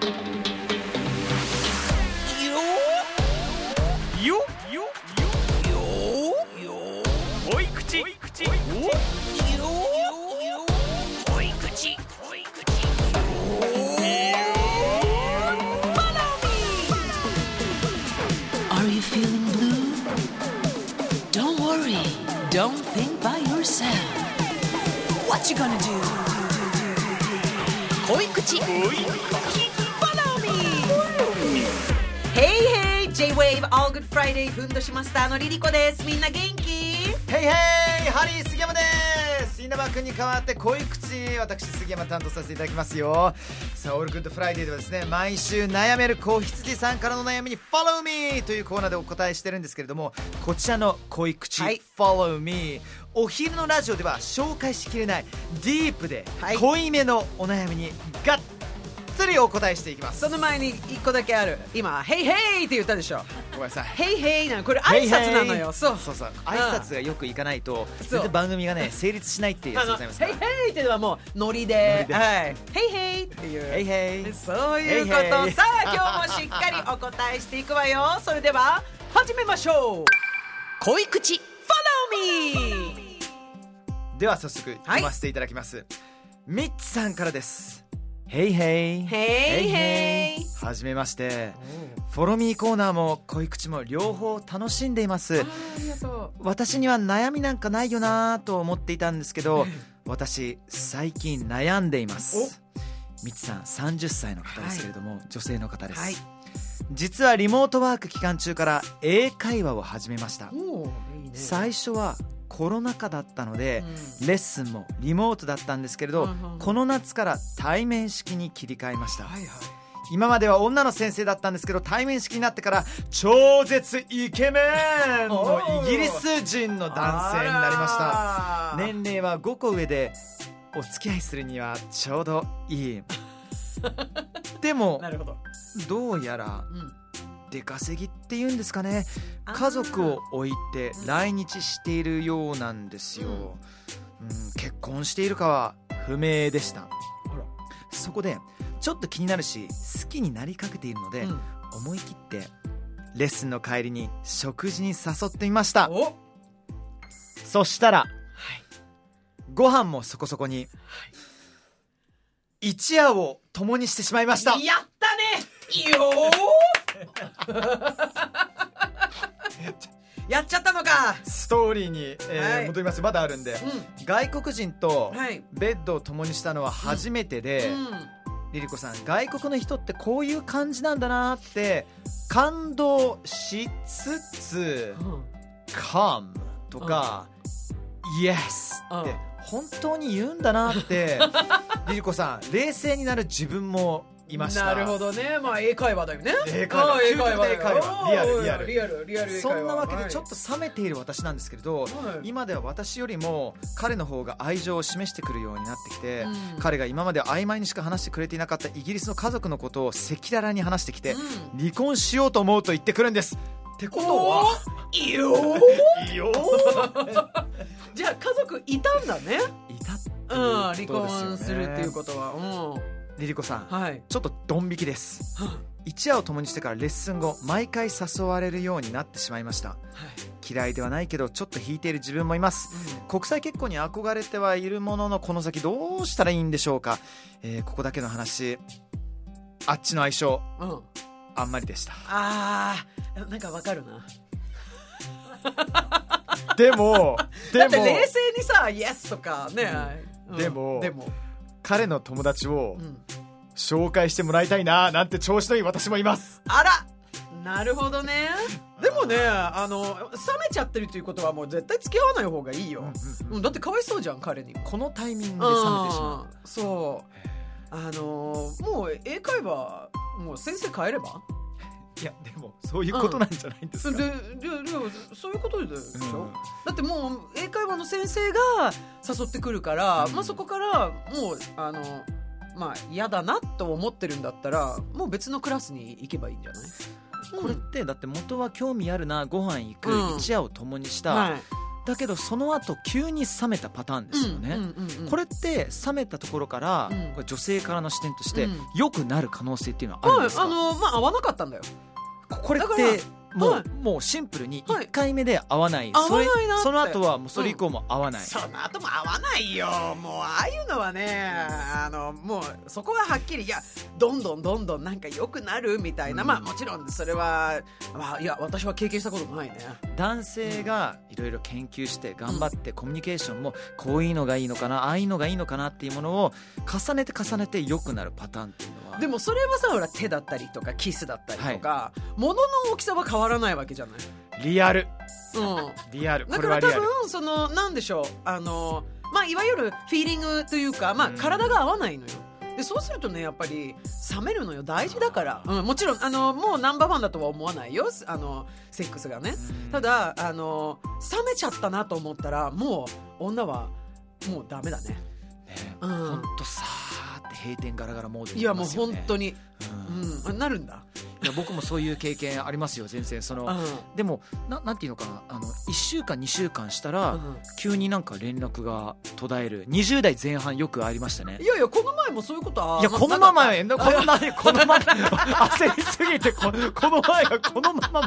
濃い口 Are you feeling blue? Don't worry. Don't think by yourself. What you gonna do? 濃い口 Follow me. Hey hey, J-Wave All Good Friday ふんどしマスターのリリコです。みんな元気？ ヘイヘイ、ハリー杉山です。稲葉くんに代わって濃い口、私杉山担当させていただきますよ。さあ、オールグッドフライデーではですね、毎週悩める子羊さんからの悩みに Follow me というコーナーでお答えしてるんですけれども、こちらの濃い口、Follow me、お昼のラジオでは紹介しきれないディープで濃いめのお悩みにガッつりお答えしていきます。 その前に一個だけある。今ヘイヘイって言ったでしょ。 ごめんなさい。 ヘイヘイなの、これ挨拶なのよ。そう挨拶がよくいかないと全然番組がね成立しないっていうやつございますから。 ヘイヘイっていうのはもうノリで、はい、ヘイヘイっていう、 ヘイヘイ、 そういうこと。さあ今日もしっかりお答えしていくわよ。それでは始めましょう。濃い口 Follow me。 では早速読ませていただきます。ミッツさんからです。ヘイヘイヘイヘイ、 はじめまして。フォロミーコーナーも濃い口も両方楽しんでいます。 ありがとう。 私には悩みなんかないよなと思っていたんですけど私最近悩んでいます。みつさん30歳の方ですけれども、女性の方です、実はリモートワーク期間中から英会話を始めました。 いいね。 最初はコロナ禍だったので、レッスンもリモートだったんですけれど、この夏から対面式に切り替えました、今までは女の先生だったんですけど、対面式になってから超絶イケメンのイギリス人の男性になりました。年齢は5個上でお付き合いするにはちょうどいいでもどうやら出稼ぎっていうんですかね、家族を置いて来日しているようなんですよ、結婚しているかは不明でした。そこでちょっと気になるし好きになりかけているので、思い切ってレッスンの帰りに食事に誘ってみました。そしたら、ご飯もそこそこに、一夜を共にしてしまいました。 やったねよやっちゃったのか。 ストーリーに、戻ります。まだあるんで、外国人とベッドを共にしたのは初めてで、リリコさん、外国の人ってこういう感じなんだなって感動しつつ、come とか、yes って本当に言うんだなってリリコさん、冷静になる自分もいました。 なるほどね。まあ英会話だよね。 英会話、究極の英会話、リアル。そんなわけでちょっと冷めている私なんですけれど、今では私よりも彼の方が愛情を示してくるようになってきて、彼が今まで曖昧にしか話してくれていなかったイギリスの家族のことを赤裸々に話してきて、離婚しようと思うと言ってくるんです。ってことはいいよじゃあ家族いたんだね。 いたっていう離ことですよね。 婚するっていうことは、 リリコさん、ちょっとドン引きです。一夜を共にしてからレッスン後毎回誘われるようになってしまいました、嫌いではないけどちょっと引いている自分もいます、国際結婚に憧れてはいるものの、この先どうしたらいいんでしょうか。ここだけの話、あっちの相性、あんまりでした。 なんかわかるなでもだって冷静にさ、イエスとかね、 でも彼の友達を紹介してもらいたいななんて調子のいい私もいます。 あら、なるほどね。でもね、冷めちゃってるということはもう絶対付き合わない方がいいよ、だってかわいそうじゃん、彼に。 このタイミングで冷めてしまう。 そうもう英会話もう先生変えれば。 いやでもそういうことなんじゃないんですか。 でそういうことでしょ、だってもう英会話の先生が誘ってくるから、そこからもう嫌だなと思ってるんだったら、もう別のクラスに行けばいいんじゃない。 これってだって元は興味あるな、ご飯行く、一夜を共にした、 だけどその後急に冷めたパターンですよね、これって冷めたところから、これ女性からの視点として良くなる可能性っていうのはあるんですか？ 合わなかったんだよ。 これってもうシンプルに1回目で合わない、その後はもうそれ以降も合わない、 その後も合わないよ。もうああいうのはね、もうそこははっきり、いやどんどんなんか良くなるみたいな、もちろんそれは、いや私は経験したことないね。 男性がいろいろ研究して頑張ってコミュニケーションもこういうのがいいのかな、ああいうのがいいのかなっていうものを重ねて良くなるパターンっていうのは、 でもそれはさ、ほら手だったりとかキスだったりとか、物の大きさは変わらないわけじゃない。 リアル、リアル。 だから多分なんでしょう、いわゆるフィーリングというか、体が合わないのよ。でそうするとね、やっぱり冷めるのよ。大事だから、もちろんもうナンバーワンだとは思わないよ、セックスがね。ただ冷めちゃったなと思ったら、もう女はもうダメだね。 ほんとさーって閉店ガラガラモードになりますよね。いやもう本当に、なるんだ。 いや僕もそういう経験ありますよ全然。でもなんていうのかな、1週間2週間したら、急になんか連絡が途絶える20代前半よくありましたね。 いやこの前もそういうことは、 いやこのまま焦りすぎてこの前はこのまま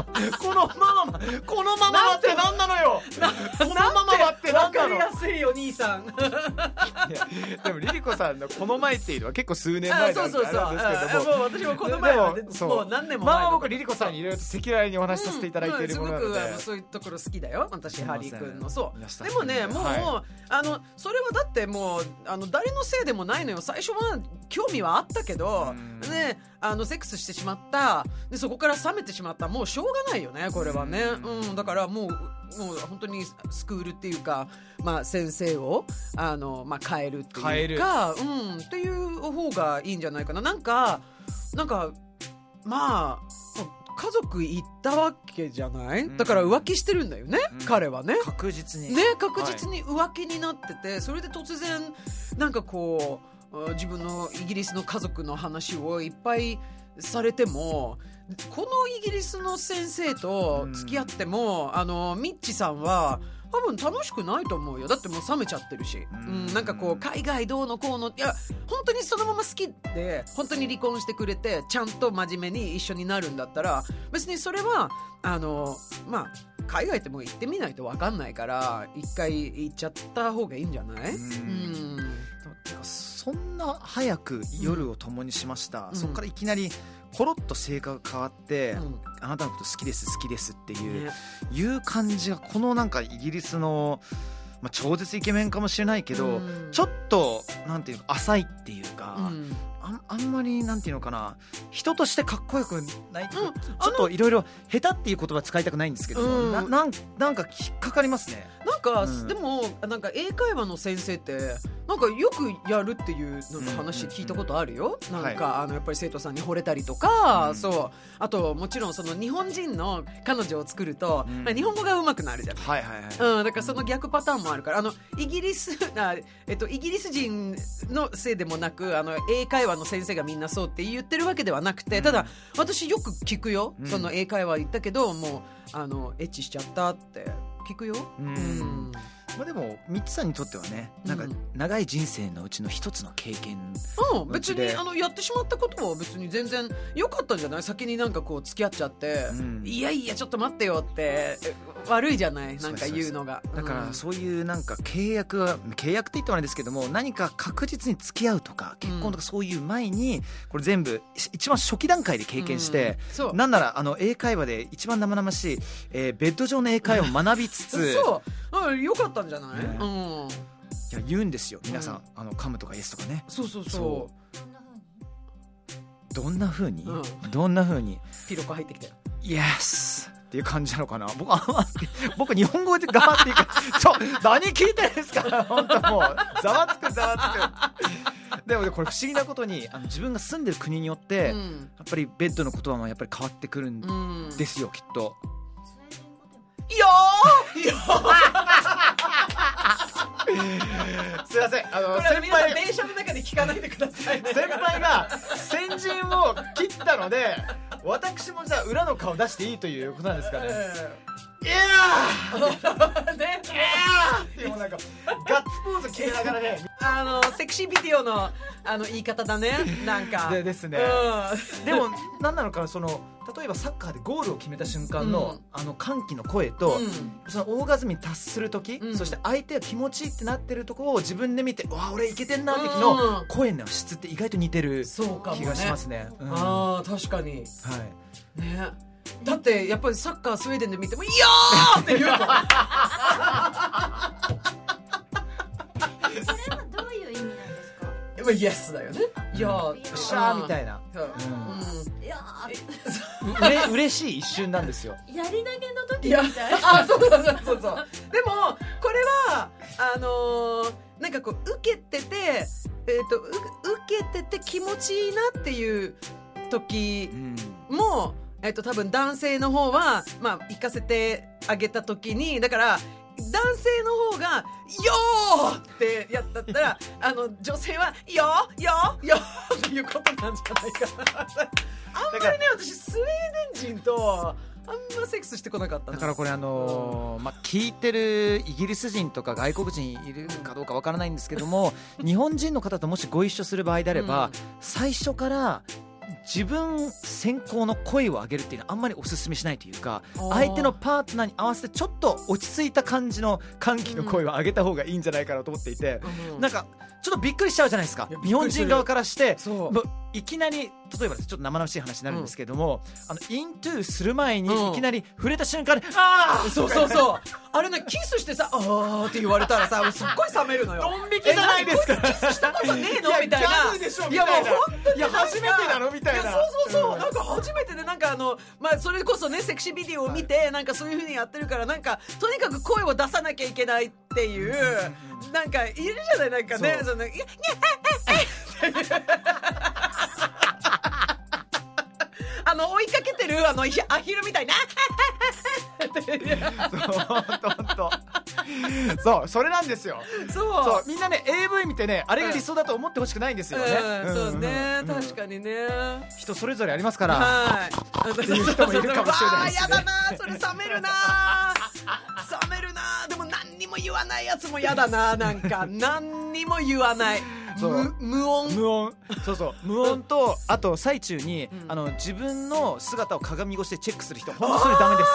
って何なのよ。このままって何なの。 分かりやすいよ兄さん。 いやでもリリコさんのこの前っていうのは結構数年前なんであれなんですけども、 私もこの前はもう何年も前。 僕リリコさんにいろいろと赤裸々にお話しさせていただいているものなので、 すごくそういうところ好きだよ私、ハリー君の。そうでもね、もうそれはだってもう誰のせいでもないのよ。最初は興味はあったけどね、セックスしてしまった、でそこから冷めてしまった、もうしょうがないよねこれはね。だからもう本当にスクールっていうか、先生を変えるっていうか、っていう方がいいんじゃないかな。なんか家族行ったわけじゃない、だから浮気してるんだよね、彼はね。確実に浮気になってて、それで突然なんかこう自分のイギリスの家族の話をいっぱいされても、このイギリスの先生と付き合ってもミッチさんは多分楽しくないと思うよ。だってもう冷めちゃってるし、なんかこう海外どうのこうの、いや本当にそのまま好きで本当に離婚してくれてちゃんと真面目に一緒になるんだったら、別にそれは海外ってもう行ってみないと分かんないから、一回行っちゃった方がいいんじゃない？ そんな早く夜を共にしました、そこからいきなりコロッと性格が変わって、あなたのこと好きですっていう感じが、このなんかイギリスの、超絶イケメンかもしれないけど、ちょっとなんていうか浅いっていうか、あんまりなんていうのかな、人としてかっこよくない、ちょっといろいろ下手っていう言葉使いたくないんですけど、なんか引っかかりますね。なんか、 でもなんか英会話の先生ってなんかよくやるっていうなんか話聞いたことあるよ。なんかやっぱり生徒さんに惚れたりとか、そう、あともちろんその日本人の彼女を作ると、日本語が上手くなるじゃない。だからその逆パターンもあるから、イギリス人のせいでもなく、英会話の先生がみんなそうって言ってるわけではなくて、ただ私よく聞くよ、その英会話言ったけどもうエッチしちゃったって聞くよ。 でもミッツさんにとってはね、なんか長い人生のうちの一つの経験、 別にやってしまったことは別に全然良かったんじゃない？先になんかこう付き合っちゃって、いやちょっと待ってよって悪いじゃない、なんか言うのが。 だからそういうなんか契約って言ってもあれですけども、何か確実に付き合うとか結婚とかそういう前に、これ全部一番初期段階で経験して、なんなら英会話で一番生々しい、ベッド上の英会話を学びつつ良かったんじゃない？ いや言うんですよ皆さん、カムとかイエスとかね。そうどんな風にピロコ入ってきたよ、 イエスっていう感じなのかな。僕日本語で頑張っていいから何聞いてるんですか本当もうざわつくでもこれ不思議なことに自分が住んでる国によって、やっぱりベッドの言葉もやっぱり変わってくるんですよ、きっと。 いやすいません、 先輩電車の中で聞かないでくださいね。 先輩が先陣を切ったので私もじゃあ裏の顔出していいということなんですかね。いね、 でもなんかガッツポーズ決めながらねセクシービデオの言い方だね、なんかですね、でも何なのかな、その例えばサッカーでゴールを決めた瞬間の、歓喜の声と、そのオーガズムに達する時、そして相手が気持ちいいってなってるところを自分で見て、わあ俺いけてんなって時の声の質って意外と似てる気がしますね。 ああ確かに、 はいね、だってやっぱりサッカースウェーデンで見ても「いやー!」って言うのそれはどういう意味なんですか？ イエスだよね。いやーシャーみたいな、 いや嬉しい一瞬なんですよ。 やり投げの時みたい。 そうでもこれはなんかこう受けてて受けてて気持ちいいなっていう時も、多分男性の方は行かせてあげた時に、だから男性の方が「よー!」ってやったったら女性は「よーよーよー!」っていうことなんじゃないかな。あんまりね、私スウェーデン人とあんまセックスしてこなかったな。 だからこれ聞いてるイギリス人とか外国人いるかどうかわからないんですけども、日本人の方ともしご一緒する場合であれば、最初から自分先行の声を上げるっていうのはあんまりおすすめしないというか、相手のパートナーに合わせてちょっと落ち着いた感じの歓喜の声を上げた方がいいんじゃないかなと思っていて、なんかちょっとびっくりしちゃうじゃないですか、日本人側からして。いきなり例えばちょっと生々しい話になるんですけども、イントゥーする前にいきなり触れた瞬間にあーそうあれね、キスしてさあーって言われたらさすっごい冷めるのよ。 ドン引きじゃないですか。 キスしたことねえのみたいな。 いやもう本当に初めてなのみたいな。 そうなんか初めてで、なんかそれこそねセクシービデオを見て、なんかそういう風にやってるから、なんかとにかく声を出さなきゃいけないっていう、なんかいるじゃない、なんかね、そのいや追いかけてるアヒルみたいなそうそれなんですよ。そうみんなね AV 見てね、あれが理想だと思ってほしくないんですよね。 そうね、確かにね、 人それぞれありますから、 はいっていう人もいるかもしれないですね。 やだな、それ冷めるなでも何にも言わないやつもやだな、なんか何にも言わない無音無音と、あと最中に自分の姿を鏡越しでチェックする人、本当それダメです。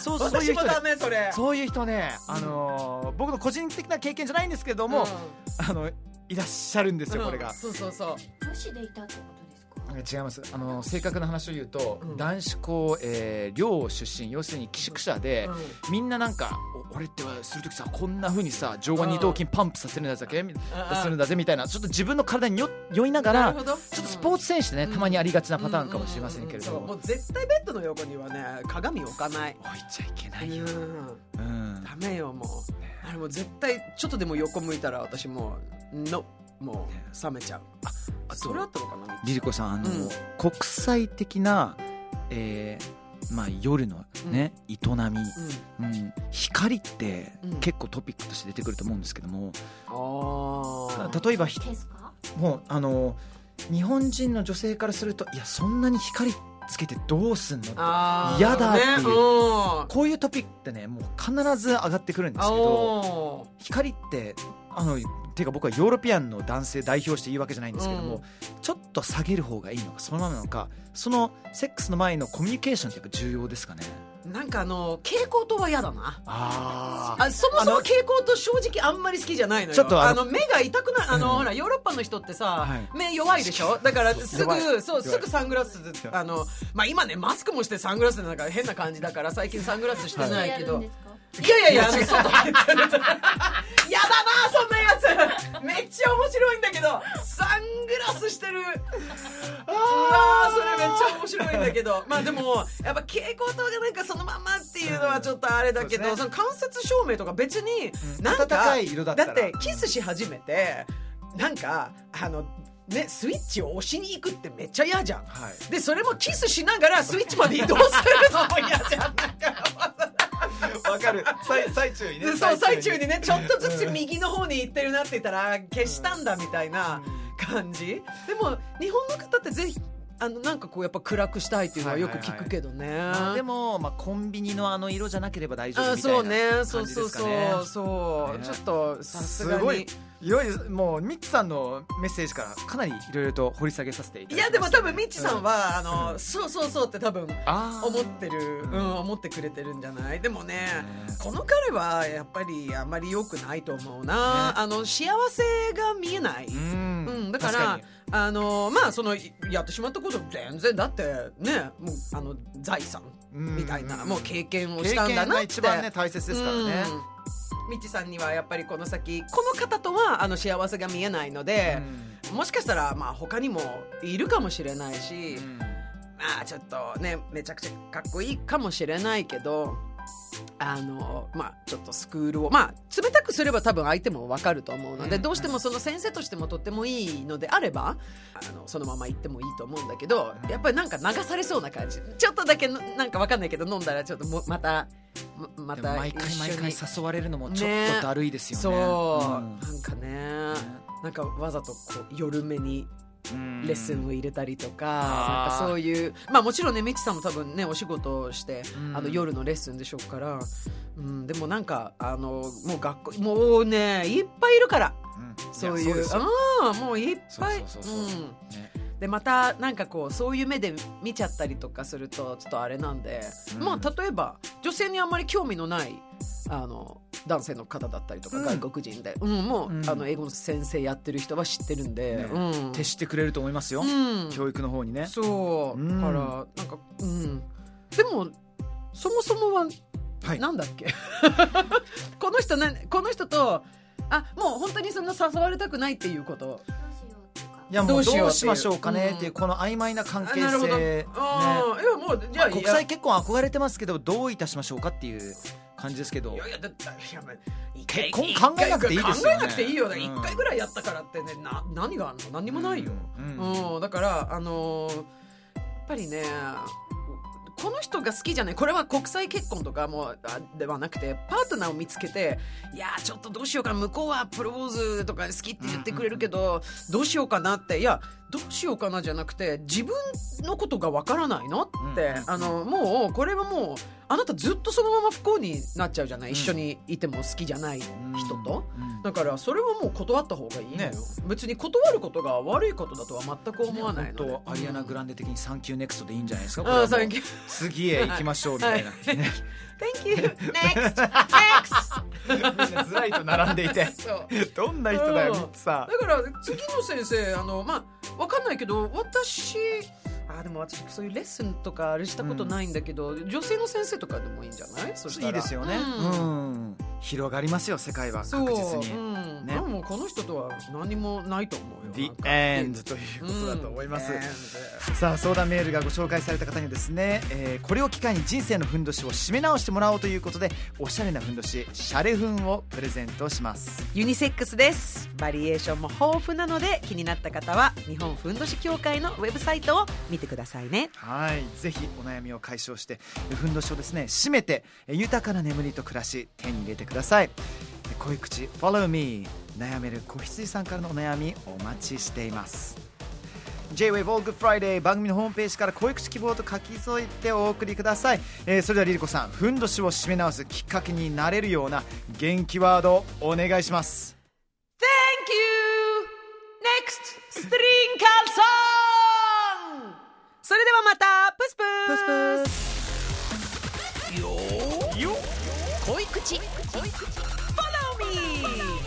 そういう人ダメ、それ。 そういう人ね、僕の個人的な経験じゃないんですけれども、いらっしゃるんですよ、これが。 女子でいたってことですか？ 違います。正確な話を言うと、男子校、寮出身、要するに寄宿舎で、みんななんか俺ってはするときさ、こんな風にさ上腕二頭筋パンプさせるんだぜみたいな、ちょっと自分の体に酔いながら、ちょっとスポーツ選手でね、たまにありがちなパターンかもしれませんけれども、 もう絶対ベッドの横にはね鏡置かない、 置いちゃいけないよ。 ダメよ、もうあれもう絶対ちょっとでも横向いたら私もうもう冷めちゃう。それあったのかな、 リリコさん、国際的な、夜のね、営み、光って結構トピックとして出てくると思うんですけども、例えばもう日本人の女性からすると、いやそんなに光つけてどうすんのって嫌だっていう、こういうトピックってね、もう必ず上がってくるんですけど、光ってていうか僕はヨーロピアンの男性代表して言うわけじゃないんですけども、ちょっと下げる方がいいのかそのままなのか、そのセックスの前のコミュニケーションってやっぱ重要ですかね。 なんか蛍光灯は嫌だな。そもそも蛍光灯正直あんまり好きじゃないのよ。ちょっと目が痛くない。ほらヨーロッパの人ってさ、目弱いでしょ。だからすぐサングラス今ねマスクもしてサングラスでなんか変な感じだから最近サングラスしてないけど、いや外やだな、そんなやつめっちゃ面白いんだけど、サングラスしてる、それめっちゃ面白いんだけど、でもやっぱ蛍光灯がなんかそのままっていうのはちょっとあれだけど、その間接照明とか別になんか、だってキスし始めてなんかスイッチを押しに行くってめっちゃ嫌じゃん、でそれもキスしながらスイッチまで移動するのも嫌じゃん。 わかる。最中にね。 最中にね、ちょっとずつ右の方に行ってるなって言ったら消したんだみたいな感じ。でも日本の方ってぜひなんかこうやっぱ暗くしたいっていうのはよく聞くけどね、 でも、コンビニの色じゃなければ大丈夫みたいな感じですかね。 そう、ちょっとさすがにすごいいろいろもうミッチさんのメッセージからかなりいろいろと掘り下げさせていただきました。 いやでも多分ミッチさんは、そうって多分思ってる、思ってくれてるんじゃない。でもね、この彼はやっぱりあんまり良くないと思うな、幸せが見えない、だからそのやってしまったこと全然だってね、もう財産みたいな、もう経験をしたんだなって、経験が一番ね大切ですからね。 ミッチさんにはやっぱりこの先この方とは幸せが見えないので、もしかしたら他にもいるかもしれないし、ちょっとねめちゃくちゃかっこいいかもしれないけど、ちょっとスクールを冷たくすれば多分相手も分かると思うので、どうしてもその先生としてもとってもいいのであればそのまま行ってもいいと思うんだけど、やっぱりなんか流されそうな感じ、ちょっとだけなんか分かんないけど飲んだらちょっとまた毎回誘われるのもちょっとだるいですよね。 そう、なんかね、なんかわざとこう夜目にレッスンを入れたりとか、なんかそういう、もちろんねミッチさんも多分ねお仕事をして、夜のレッスンでしょうから、でもなんかもう学校もうねいっぱいいるから、そういうもういっぱい。でまたなんかこうそういう目で見ちゃったりとかするとちょっとあれなんで、例えば女性にあんまり興味のない男性の方だったりとか、外国人で、もう、英語の先生やってる人は知ってるんで、 徹してくれると思いますよ、教育の方にね。 そう、からなんか、でもそもそもは、なんだっけこの人ともう本当にそんな誘われたくないっていうこと。 いやもうどうしましょうかねっていうこの曖昧な関係性、 もうじゃあ国際結婚憧れてますけどどういたしましょうかっていう感じですけど、結婚考えなくていいですよね。 考えなくていいよね、1回ぐらいやったからってね、何があるの？何にもないよ、だからやっぱりねこの人が好きじゃない、これは国際結婚とかもではなくて、パートナーを見つけて、いやちょっとどうしようかな、向こうはプロポーズとか好きって言ってくれるけど、どうしようかなって、いやどうしようかなじゃなくて、自分のことがわからないのって、もうこれはもうあなたずっとそのまま不幸になっちゃうじゃない、一緒にいても好きじゃない人と、だからそれはもう断った方がいいのよ、別に断ることが悪いことだとは全く思わないので、 アリアナ・グランデ的にサンキューネクストでいいんじゃないですか。次へ行きましょうみたいな、 Thank you next ずらりと並んでいてどんな人だよさ。 だから次の先生わかんないけど、でも私そういうレッスンとかあれしたことないんだけど、女性の先生とかでもいいんじゃない？そしたらいいですよね、広がりますよ世界は確実に、 でもこの人とは何もないと思うよ。 The end ということだと思います、さあ相談メールがご紹介された方にはですね、これを機会に人生のふんどしを締め直してもらおうということで、おしゃれなふんどしシャレふんをプレゼントします。 ユニセックスです。バリエーションも豊富なので、気になった方は日本ふんどし協会のウェブサイトを見てくださいね。 はい、ぜひお悩みを解消してふんどしをですね締めて豊かな眠りと暮らし手に入れてください。恋口 Follow Me、 悩める子羊さんからのお悩みお待ちしています。 J-Wave All Good Friday 番組のホームページから恋口希望と書き添えてお送りください。それではリリコさん、ふんどしを締め直すきっかけになれるような元気ワードお願いします。 Thank you Next String Call Song。 それではまたプスプスよ恋口 Follow me